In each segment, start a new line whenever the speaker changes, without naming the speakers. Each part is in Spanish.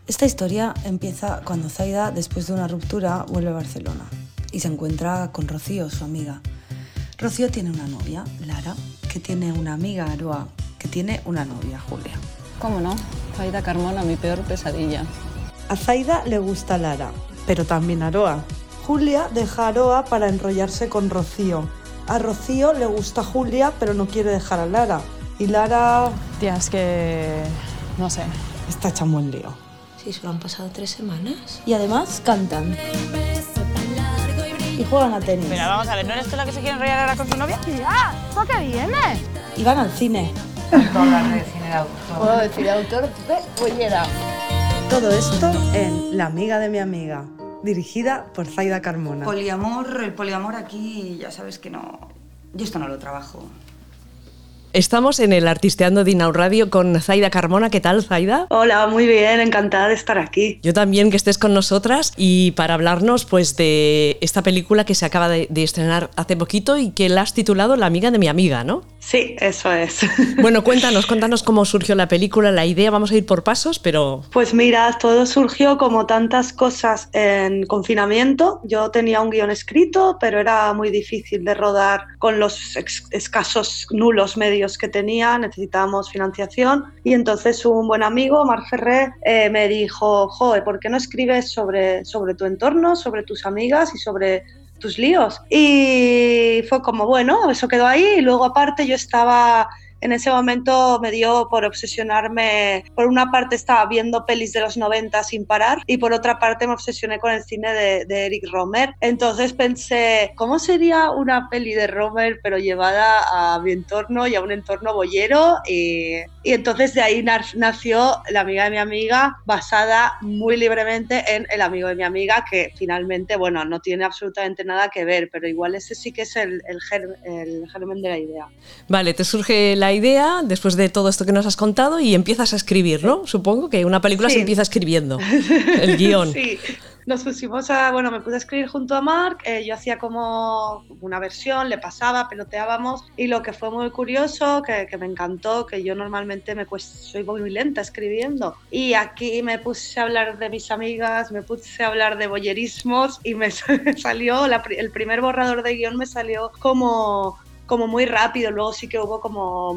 Esta historia empieza cuando Zaida, después de una ruptura, vuelve a Barcelona y se encuentra con Rocío, su amiga. Rocío tiene una novia, Lara, que tiene una amiga, Aroa, que tiene una novia, Julia.
¿Cómo no? Zaida Carmona, mi peor pesadilla.
A Zaida le gusta Lara, pero también Aroa. Julia deja a Aroa para enrollarse con Rocío. A Rocío le gusta Julia, pero no quiere dejar a Lara. Y Lara...
Tía, es que... no sé.
está hecha un buen lío.
Sí, solo han pasado 3 semanas.
Y además cantan. Y juegan a tenis.
Pero vamos a ver, ¿no eres tú la que se quiere enrollar ahora con su novia?
¡Tía! ¿Por qué vienes?
Y van al cine.
Hablar de cine de autor.
Puedo decir autor de Bollera.
Todo esto en La amiga de mi amiga, dirigida por Zaida Carmona.
El poliamor aquí, ya sabes que no... Yo esto no lo trabajo.
Estamos en el Artisteando de Inau Radio con Zaida Carmona. ¿Qué tal, Zaida?
Hola, muy bien, encantada de estar aquí.
Yo también, que estés con nosotras y para hablarnos pues de esta película que se acaba de estrenar hace poquito y que la has titulado La amiga de mi amiga, ¿no?
Sí, eso es.
Bueno, cuéntanos cómo surgió la película, la idea. Vamos a ir por pasos, pero...
Pues mira, todo surgió como tantas cosas en confinamiento. Yo tenía un guión escrito, pero era muy difícil de rodar con los escasos, nulos medios que tenía. Necesitábamos financiación y entonces un buen amigo, Marc Ferrer, me dijo: joder, ¿por qué no escribes sobre tu entorno, sobre tus amigas y sobre tus líos? Y fue como, bueno, eso quedó ahí. Y luego aparte yo estaba... En ese momento me dio por obsesionarme. Por una parte estaba viendo pelis de los 90 sin parar y por otra parte me obsesioné con el cine de Eric Rohmer. Entonces pensé, ¿cómo sería una peli de Rohmer pero llevada a mi entorno y a un entorno boyero? Y entonces de ahí nació La amiga de mi amiga, basada muy libremente en El amigo de mi amiga, que finalmente, bueno, no tiene absolutamente nada que ver, pero igual ese sí que es el germen de la idea.
Vale, te surge la idea después de todo esto que nos has contado y empiezas a escribir, ¿no? Supongo que una película se empieza escribiendo, el guión.
Sí, nos pusimos me puse a escribir junto a Marc. Yo hacía como una versión, le pasaba, peloteábamos, y lo que fue muy curioso, que me encantó, que yo normalmente soy muy lenta escribiendo, y aquí me puse a hablar de mis amigas, me puse a hablar de boyerismos y me salió, el primer borrador de guión me salió como muy rápido. Luego sí que hubo como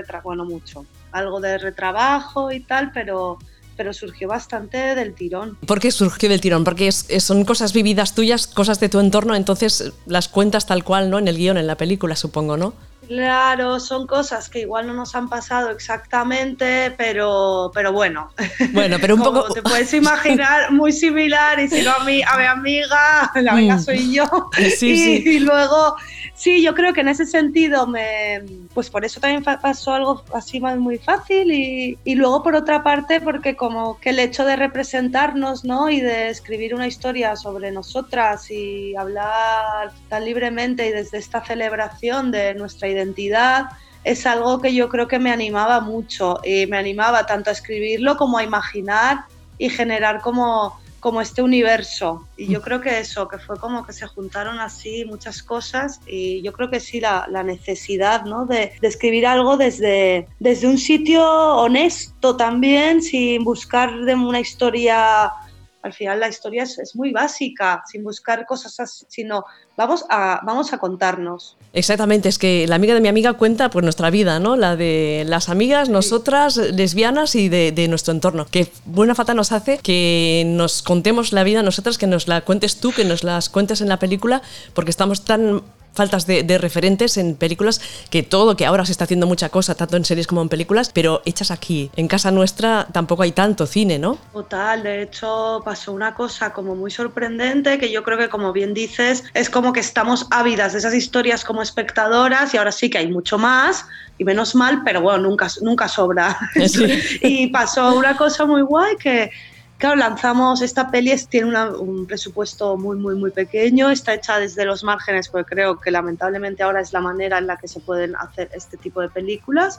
algo de retrabajo y tal, pero surgió bastante del tirón.
¿Por qué surgió del tirón? Porque son cosas vividas tuyas, cosas de tu entorno, entonces las cuentas tal cual, ¿no? En el guión, en la película, supongo, ¿no?
Claro, son cosas que igual no nos han pasado exactamente, pero bueno.
Bueno, pero un
como
poco...
te puedes imaginar, muy similar, y si no a mi amiga, la amiga soy yo.
Sí.
Y luego, sí, yo creo que en ese sentido pues por eso también pasó algo así muy fácil, y luego por otra parte porque como que el hecho de representarnos, ¿no? Y de escribir una historia sobre nosotras y hablar tan libremente y desde esta celebración de nuestra identidad es algo que yo creo que me animaba mucho, y me animaba tanto a escribirlo como a imaginar y generar como este universo. Y yo creo que eso, que fue como que se juntaron así muchas cosas, y yo creo que sí, la necesidad, ¿no? de escribir algo desde un sitio honesto también, sin buscar de una historia... Al final la historia es muy básica, sin buscar cosas así, sino vamos a contarnos.
Exactamente, es que La amiga de mi amiga cuenta pues nuestra vida, ¿no? La de las amigas, nosotras, lesbianas y de nuestro entorno. Que buena falta nos hace que nos contemos la vida nosotras, que nos la cuentes tú, que nos las cuentes en la película, porque estamos tan faltas de referentes en películas, que ahora se está haciendo mucha cosa, tanto en series como en películas, pero hechas aquí. En casa nuestra tampoco hay tanto cine, ¿no?
Total, de hecho pasó una cosa como muy sorprendente, que yo creo que, como bien dices, es como que estamos ávidas de esas historias como espectadoras, y ahora sí que hay mucho más, y menos mal, pero bueno, nunca sobra. Sí. Y pasó una cosa muy guay, que claro, lanzamos esta peli, tiene un presupuesto muy, muy, muy pequeño, está hecha desde los márgenes, porque creo que lamentablemente ahora es la manera en la que se pueden hacer este tipo de películas,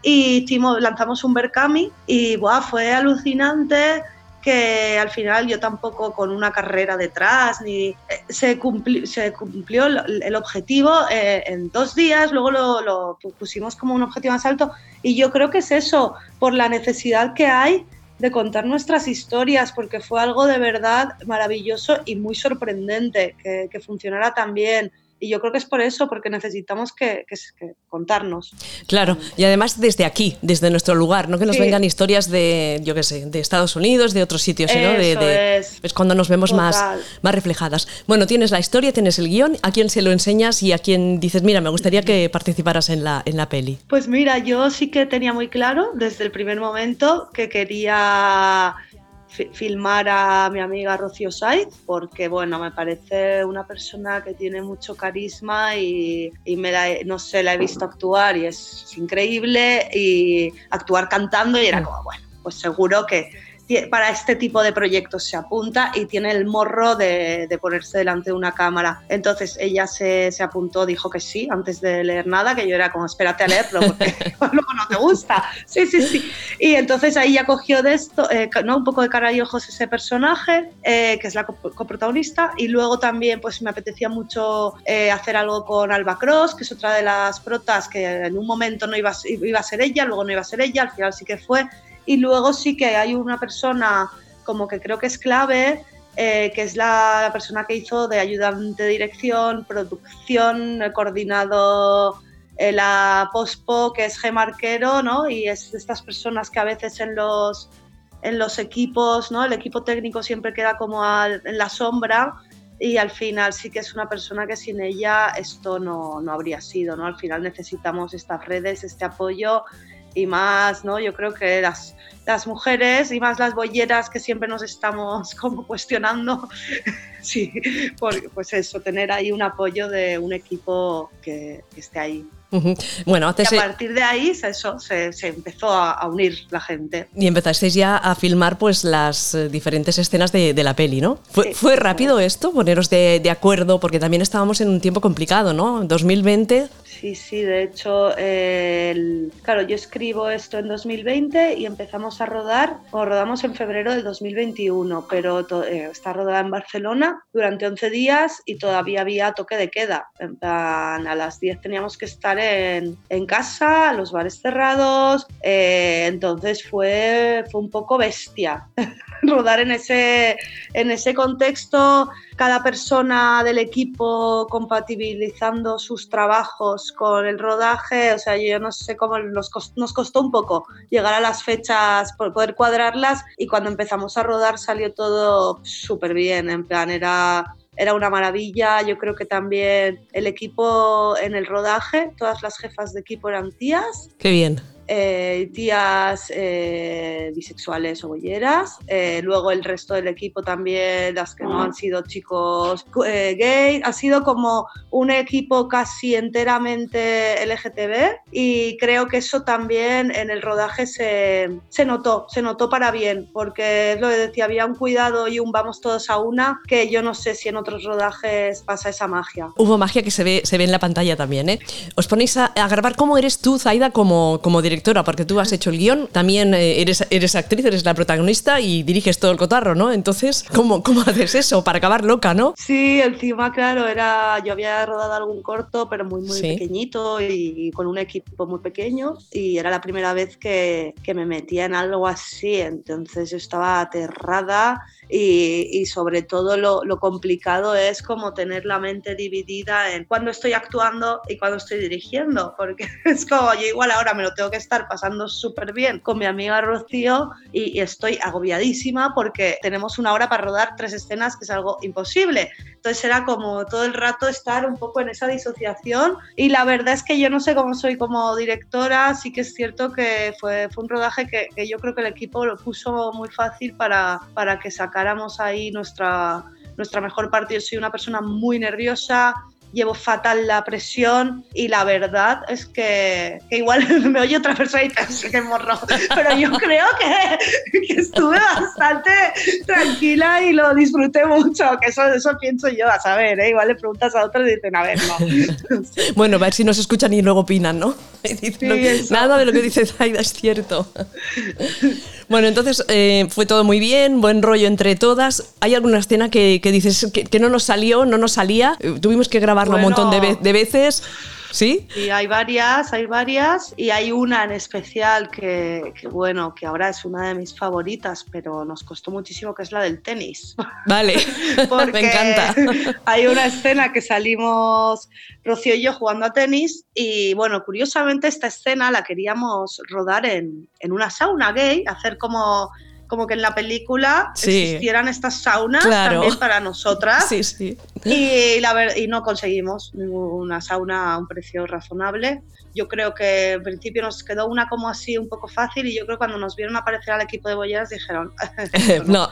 y lanzamos un Berkami y fue alucinante, que al final yo tampoco con una carrera detrás, ni se cumplió el objetivo en 2 días, luego lo pusimos como un objetivo más alto, y yo creo que es eso, por la necesidad que hay de contar nuestras historias, porque fue algo de verdad maravilloso y muy sorprendente que funcionara tan bien. Y yo creo que es por eso, porque necesitamos que contarnos.
Claro, y además desde aquí, desde nuestro lugar, no que nos vengan historias de, yo qué sé, de Estados Unidos, de otros sitios, ¿no? Es cuando nos vemos más reflejadas. Bueno, tienes la historia, tienes el guión, ¿a quién se lo enseñas y a quién dices, mira, me gustaría que participaras en la peli?
Pues mira, yo sí que tenía muy claro desde el primer momento que quería filmar a mi amiga Rocío Saiz, porque bueno, me parece una persona que tiene mucho carisma y no sé, la he visto actuar y es increíble, y actuar cantando, y era como, bueno, pues seguro que para este tipo de proyectos se apunta y tiene el morro de ponerse delante de una cámara. Entonces ella se apuntó, dijo que sí, antes de leer nada, que yo era como, espérate a leerlo, porque luego no te gusta. Sí. Y entonces ahí ya cogió de esto, ¿no? Un poco de cara y ojos ese personaje, que es la coprotagonista, y luego también pues me apetecía mucho hacer algo con Alba Cross, que es otra de las protas, que en un momento no iba a ser ella, luego no iba a ser ella, al final sí que fue. Y luego sí que hay una persona como que creo que es clave, que es la persona que hizo de ayudante de dirección, producción, coordinado la pospo, que es Gemma Arquero, ¿no? Y es de estas personas que a veces en los equipos, ¿no? El equipo técnico siempre queda como en la sombra, y al final sí que es una persona que sin ella esto no habría sido, ¿no? Al final necesitamos estas redes, este apoyo. Y más, ¿no? Yo creo que las mujeres y más las bolleras, que siempre nos estamos como cuestionando, sí, pues eso, tener ahí un apoyo de un equipo que esté ahí.
Uh-huh. Bueno,
y a partir de ahí se empezó a unir la gente.
Y empezasteis ya a filmar pues las diferentes escenas de la peli, ¿no? ¿Fue rápido esto, poneros de acuerdo? Porque también estábamos en un tiempo complicado, ¿no? 2020...
Sí, de hecho, claro, yo escribo esto en 2020 y empezamos a rodamos en febrero del 2021, pero está rodada en Barcelona durante 11 días y todavía había toque de queda. En plan, a las 10 teníamos que estar en casa, los bares cerrados, entonces fue un poco bestia rodar en ese contexto, cada persona del equipo compatibilizando sus trabajos con el rodaje. O sea, yo no sé cómo nos costó un poco llegar a las fechas, por poder cuadrarlas, y cuando empezamos a rodar salió todo súper bien, en plan era una maravilla. Yo creo que también el equipo en el rodaje, todas las jefas de equipo eran tías.
¡Qué bien!
Tías bisexuales o bolleras, luego el resto del equipo también, las que no han sido chicos gay. Ha sido como un equipo casi enteramente LGTB, y creo que eso también en el rodaje se notó para bien, porque es lo que decía, había un cuidado y un vamos todos a una, que yo no sé si en otros rodajes pasa esa magia.
Hubo magia que se ve en la pantalla también, ¿eh? Os ponéis a grabar. ¿Cómo eres tú, Zaida, como directora? Porque tú has hecho el guión, también eres actriz, eres la protagonista y diriges todo el cotarro, ¿no? Entonces, ¿cómo haces eso para acabar loca, no?
Sí, encima, claro, yo había rodado algún corto, pero muy pequeñito y con un equipo muy pequeño, y era la primera vez que me metía en algo así, entonces yo estaba aterrada, y sobre todo lo complicado es como tener la mente dividida en cuando estoy actuando y cuando estoy dirigiendo, porque es como, yo igual ahora me lo tengo que estar pasando súper bien con mi amiga Rocío y estoy agobiadísima porque tenemos una hora para rodar 3 escenas, que es algo imposible. Entonces era como todo el rato estar un poco en esa disociación, y la verdad es que yo no sé cómo soy como directora. Sí que es cierto que fue un rodaje que yo creo que el equipo lo puso muy fácil para que sacáramos ahí nuestra mejor parte. Yo soy una persona muy nerviosa, llevo fatal la presión, y la verdad es que igual me oye otra persona y pensé que morro, pero yo creo que estuve bastante tranquila y lo disfruté mucho, que eso pienso yo, a saber, igual le preguntas a otros y dicen, a ver, no.
Bueno, a ver si nos escuchan y luego opinan, ¿no? Dicen, nada de lo que dice Zaida es cierto. Bueno, entonces fue todo muy bien, buen rollo entre todas. ¿Hay alguna escena que dices que no nos salía? Tuvimos que grabarlo un montón de veces. ¿Sí?
Y hay varias, y hay una en especial que bueno, que ahora es una de mis favoritas, pero nos costó muchísimo, que es la del tenis.
Vale,
Porque
me encanta.
hay una escena que salimos Rocío y yo jugando a tenis y bueno, curiosamente esta escena la queríamos rodar en una sauna gay, hacer como que en la película existieran estas saunas también para nosotras.
Sí, sí.
Y no conseguimos una sauna a un precio razonable. Yo creo que en principio nos quedó una como así un poco fácil y yo creo que cuando nos vieron aparecer al equipo de bolleras dijeron
no.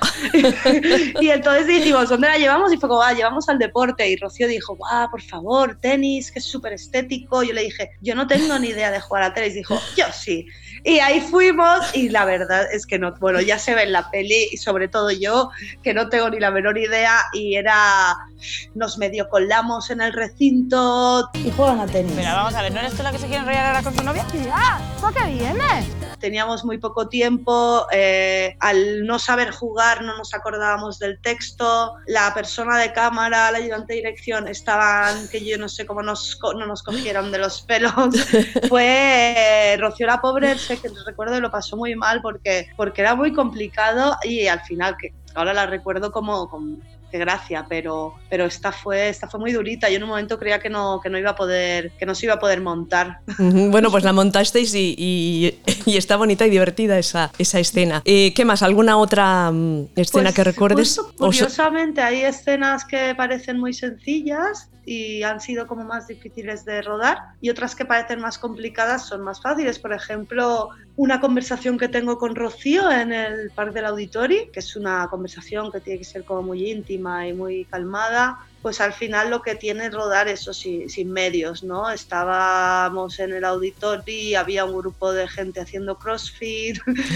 Y entonces dijimos, ¿dónde la llevamos? Y fue como, llevamos al deporte. Y Rocío dijo, por favor, tenis, que es súper estético. Yo le dije, yo no tengo ni idea de jugar a tenis. Dijo, yo sí. Y ahí fuimos y la verdad es que no, bueno, ya se ve en la peli y sobre todo yo, que no tengo ni la menor idea y nos medio colamos en el recinto.
Y juegan a tenis.
Pero vamos a ver, ¿no eres tú la que se quiere enrollar ahora con su novia?
Tía, ¿por qué vienes?
Teníamos muy poco tiempo, al no saber jugar no nos acordábamos del texto, la persona de cámara, la ayudante de dirección estaban, que yo no sé cómo no nos cogieron de los pelos. Fue Rocío la pobre, sé que recuerdo que lo pasó muy mal porque era muy complicado y al final, que ahora la recuerdo como qué gracia, pero esta fue muy durita. Yo en un momento creía que no iba a poder, que no se iba a poder montar.
Bueno, pues la montasteis y está bonita y divertida esa escena. ¿Qué más? ¿Alguna otra escena que recuerdes?
Curiosamente hay escenas que parecen muy sencillas y han sido como más difíciles de rodar y otras que parecen más complicadas son más fáciles. Por ejemplo, una conversación que tengo con Rocío en el Parc del Auditori, que es una conversación que tiene que ser como muy íntima y muy calmada, pues al final lo que tiene es rodar eso sin medios, ¿no? Estábamos en el Auditori, había un grupo de gente haciendo crossfit,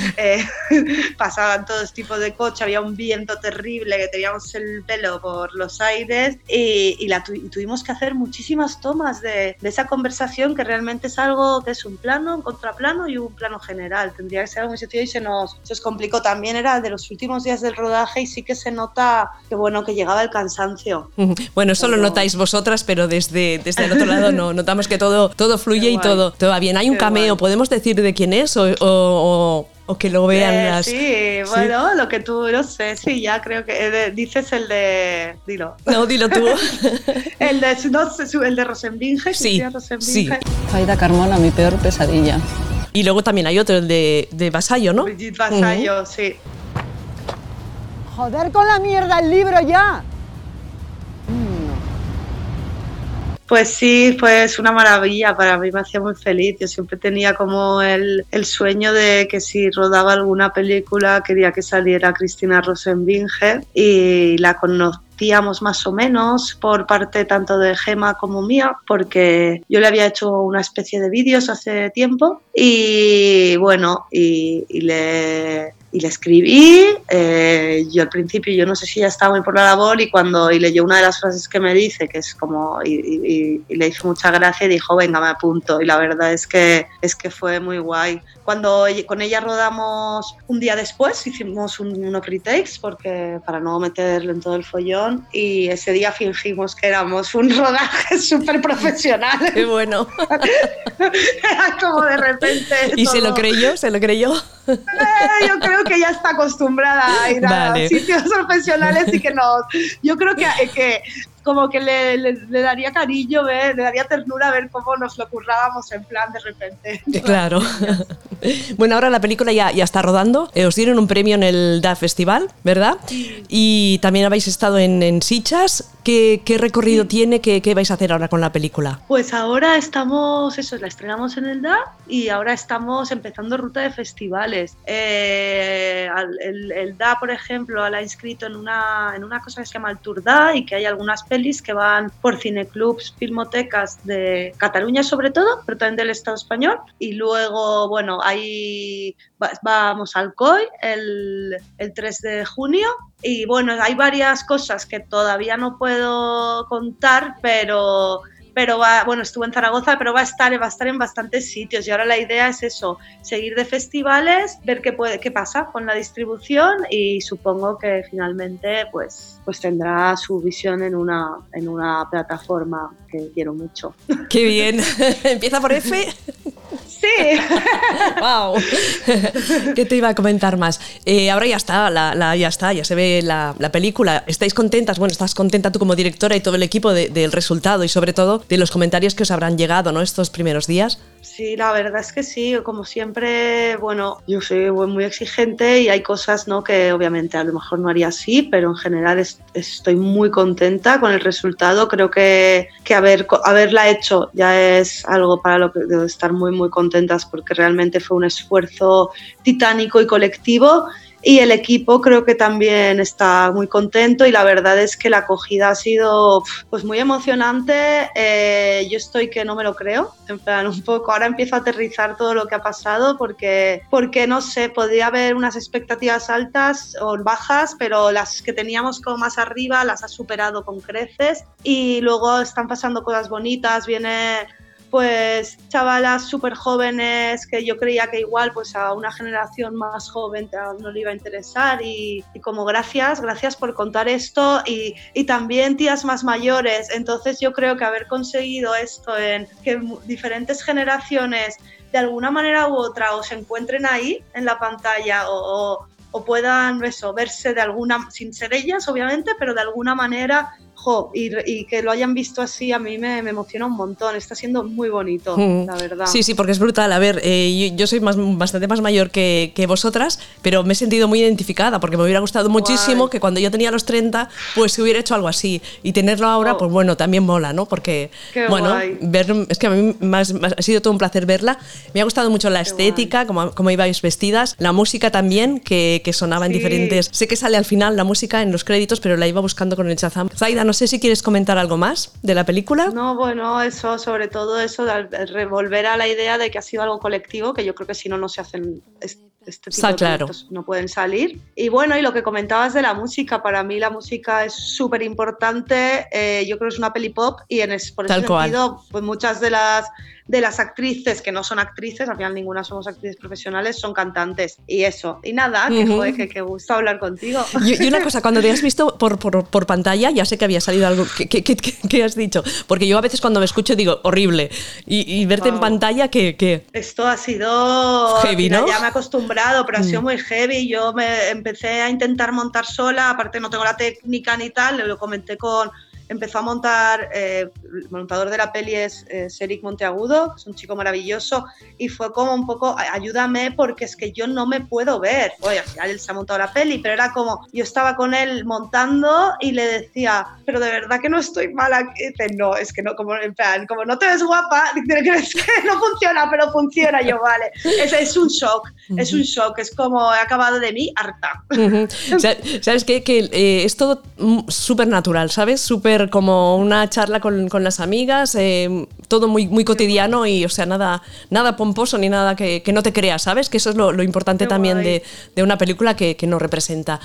pasaban todos tipos de coches, había un viento terrible que teníamos el pelo por los aires y tuvimos que hacer muchísimas tomas de esa conversación, que realmente es algo que es un plano, un contraplano y un plano general. Tendría que ser algo muy sencillo y se nos complicó. También era de los últimos días del rodaje y sí que se nota que llegaba el cansancio.
Bueno, eso lo notáis vosotras, pero desde el otro lado no notamos que todo fluye y todo va bien. Hay un cameo, ¿podemos decir de quién es o que lo vean las...
Sí, bueno, ¿sí? Lo que tú, no sé, sí, ya creo que dices el de... Dilo.
No, dilo tú.
el de Rosenbinge.
Sí, sí.
Aida Carmona, mi peor pesadilla.
Y luego también hay otro, el de Vasallo, ¿no?
Brigitte Vasallo, sí.
Joder con la mierda el libro ya.
Pues sí, pues una maravilla, para mí me hacía muy feliz. Yo siempre tenía como el sueño de que si rodaba alguna película quería que saliera Cristina Rosenbinge y la conocíamos más o menos por parte tanto de Gemma como mía, porque yo le había hecho una especie de vídeos hace tiempo y bueno, y le escribí, yo al principio yo no sé si ya estaba muy por la labor y leyó una de las frases que me dice, que es como, y le hizo mucha gracia y dijo, venga, me apunto, y la verdad es que fue muy guay. Cuando con ella rodamos un día después, hicimos unos retakes porque para no meterle en todo el follón y ese día fingimos que éramos un rodaje súper profesional.
¡Qué bueno!
Era como de repente...
¿Y todo... se lo creyó?
Yo creo que ya está acostumbrada a ir a sitios profesionales y que no... Yo creo que como que le daría cariño, le daría ternura ver cómo nos lo currábamos en plan de repente.
Claro. Bueno, ahora la película ya está rodando. Os dieron un premio en el DA Festival, ¿verdad? Sí. Y también habéis estado en Sitges. ¿Qué recorrido tiene? ¿Qué vais a hacer ahora con la película?
Pues ahora estamos, la estrenamos en el DA y ahora estamos empezando ruta de festivales. El DA, por ejemplo, la ha inscrito en una cosa que se llama el Tour DA y que hay algunas pelis que van por cineclubs, filmotecas de Cataluña sobre todo, pero también del Estado español. Y luego, bueno, ahí vamos al COI el 3 de junio. Y bueno, hay varias cosas que todavía no puedo contar, pero pero estuvo en Zaragoza, pero va a estar en bastantes sitios y ahora la idea es eso, seguir de festivales, ver qué pasa con la distribución y supongo que finalmente pues tendrá su visión en una plataforma que quiero mucho.
¡Qué bien! ¿Empieza por F?
Sí.
¡Wow! ¿Qué te iba a comentar más? Ahora ya está, ya se ve la película. ¿Estáis contentas? Bueno, estás contenta tú como directora y todo el equipo del resultado y sobre todo de los comentarios que os habrán llegado, ¿no? Estos primeros días.
Sí, la verdad es que sí, como siempre, bueno, yo soy muy exigente y hay cosas, ¿no?, que obviamente a lo mejor no haría así, pero en general estoy muy contenta con el resultado. Creo que haberla hecho ya es algo para lo que debo estar muy, muy contentas porque realmente fue un esfuerzo titánico y colectivo. Y el equipo creo que también está muy contento y la verdad es que la acogida ha sido pues muy emocionante. Yo estoy que no me lo creo, en plan un poco, ahora empiezo a aterrizar todo lo que ha pasado porque no sé, podría haber unas expectativas altas o bajas, pero las que teníamos como más arriba las ha superado con creces y luego están pasando cosas bonitas, viene pues chavalas súper jóvenes que yo creía que igual pues a una generación más joven no le iba a interesar y como gracias por contar esto y también tías más mayores, entonces yo creo que haber conseguido esto en que diferentes generaciones de alguna manera u otra o se encuentren ahí en la pantalla o puedan verse de alguna, sin ser ellas obviamente, pero de alguna manera y que lo hayan visto así a mí me emociona un montón, está siendo muy bonito, la verdad.
Sí, porque es brutal. A ver, yo soy bastante más mayor que vosotras, pero me he sentido muy identificada porque me hubiera gustado muchísimo que cuando yo tenía los 30 pues se hubiera hecho algo así y tenerlo ahora pues bueno, también mola, ¿no? Porque bueno, es que a mí ha sido todo un placer verla, me ha gustado mucho la estética, como ibais vestidas, la música también que sonaba en diferentes, sé que sale al final la música en los créditos, pero la iba buscando con el Shazam. Zaida, no sé si quieres comentar algo más de la película.
No, bueno, eso, sobre todo eso, de revolver a la idea de que ha sido algo colectivo, que yo creo que si no se hacen este tipo de proyectos no pueden salir. Y bueno, y lo que comentabas de la música, para mí la música es súper importante, yo creo que es una peli pop y por ese sentido, pues muchas de las actrices que no son actrices, al final ninguna somos actrices profesionales, son cantantes y eso. Y nada, que gusto hablar contigo.
Y una cosa, cuando te has visto por pantalla, ya sé que había salido algo que has dicho, porque yo a veces cuando me escucho digo, horrible, y verte en pantalla, que
esto ha sido
heavy, ¿no?
Ya me he acostumbrado, pero ha sido muy heavy. Yo me empecé a intentar montar sola, aparte no tengo la técnica ni tal, lo comenté empezó a montar, el montador de la peli es Eric Monteagudo, es un chico maravilloso, y fue como un poco, ayúdame porque es que yo no me puedo ver. Oye, al final él se ha montado la peli, pero era como, yo estaba con él montando y le decía, pero de verdad que no estoy mala. Y dice, no, es que no, como en plan, como no te ves guapa, es que no funciona, pero funciona. Yo, vale, es un shock, es como he acabado de mí harta.
¿Sabes qué? Que es todo súper natural, ¿sabes? Súper como una charla con las amigas, todo muy, muy cotidiano y, o sea, nada pomposo ni nada que no te creas, ¿sabes? Que eso es lo importante también de una película que nos representa.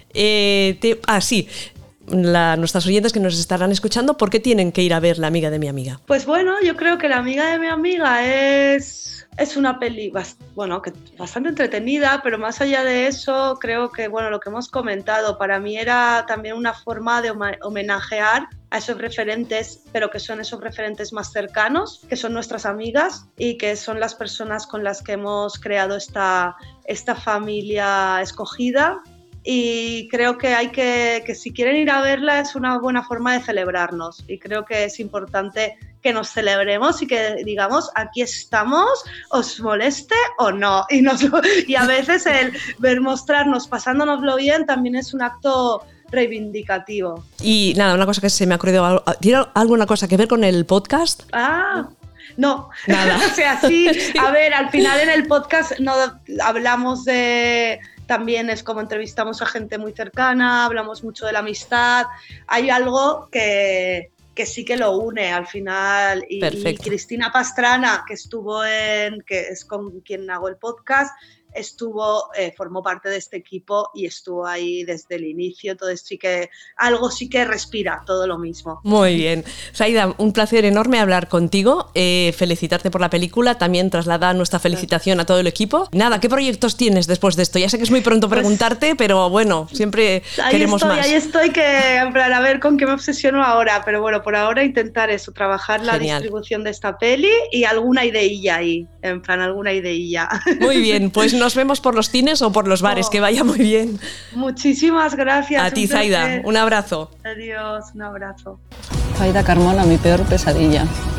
Sí. Nuestras oyentes que nos estarán escuchando, ¿por qué tienen que ir a ver La amiga de mi amiga?
Pues bueno, yo creo que La amiga de mi amiga es una peli bastante entretenida, pero más allá de eso, creo que lo que hemos comentado, para mí era también una forma de homenajear a esos referentes, pero que son esos referentes más cercanos, que son nuestras amigas y que son las personas con las que hemos creado esta familia escogida. Y creo que si quieren ir a verla es una buena forma de celebrarnos y creo que es importante que nos celebremos y que digamos aquí estamos, os moleste o no, y a veces el mostrarnos pasándonoslo bien también es un acto reivindicativo.
Y nada, una cosa que se me ha ocurrido, ¿tiene alguna cosa que ver con el podcast?
No,
nada.
O sea, sí, a ver, al final en el podcast no hablamos también es como entrevistamos a gente muy cercana, hablamos mucho de la amistad, hay algo que sí que lo une al final y Cristina Pastrana, que es con quien hago el podcast, formó parte de este equipo y estuvo ahí desde el inicio. Entonces algo sí que respira, todo lo mismo.
Muy bien. Saida, un placer enorme hablar contigo, felicitarte por la película, también trasladar nuestra felicitación a todo el equipo. Nada, ¿qué proyectos tienes después de esto? Ya sé que es muy pronto preguntarte, pero bueno, siempre queremos más.
Ahí estoy, que en plan, a ver con qué me obsesiono ahora, pero bueno, por ahora intentar eso, trabajar la distribución de esta peli y alguna ideilla ahí, en plan, alguna ideilla.
Muy bien, pues nos vemos por los cines o por los bares, que vaya muy bien.
Muchísimas gracias.
A ti, Zaida, un abrazo.
Adiós, un abrazo.
Zaida Carmona, mi peor pesadilla.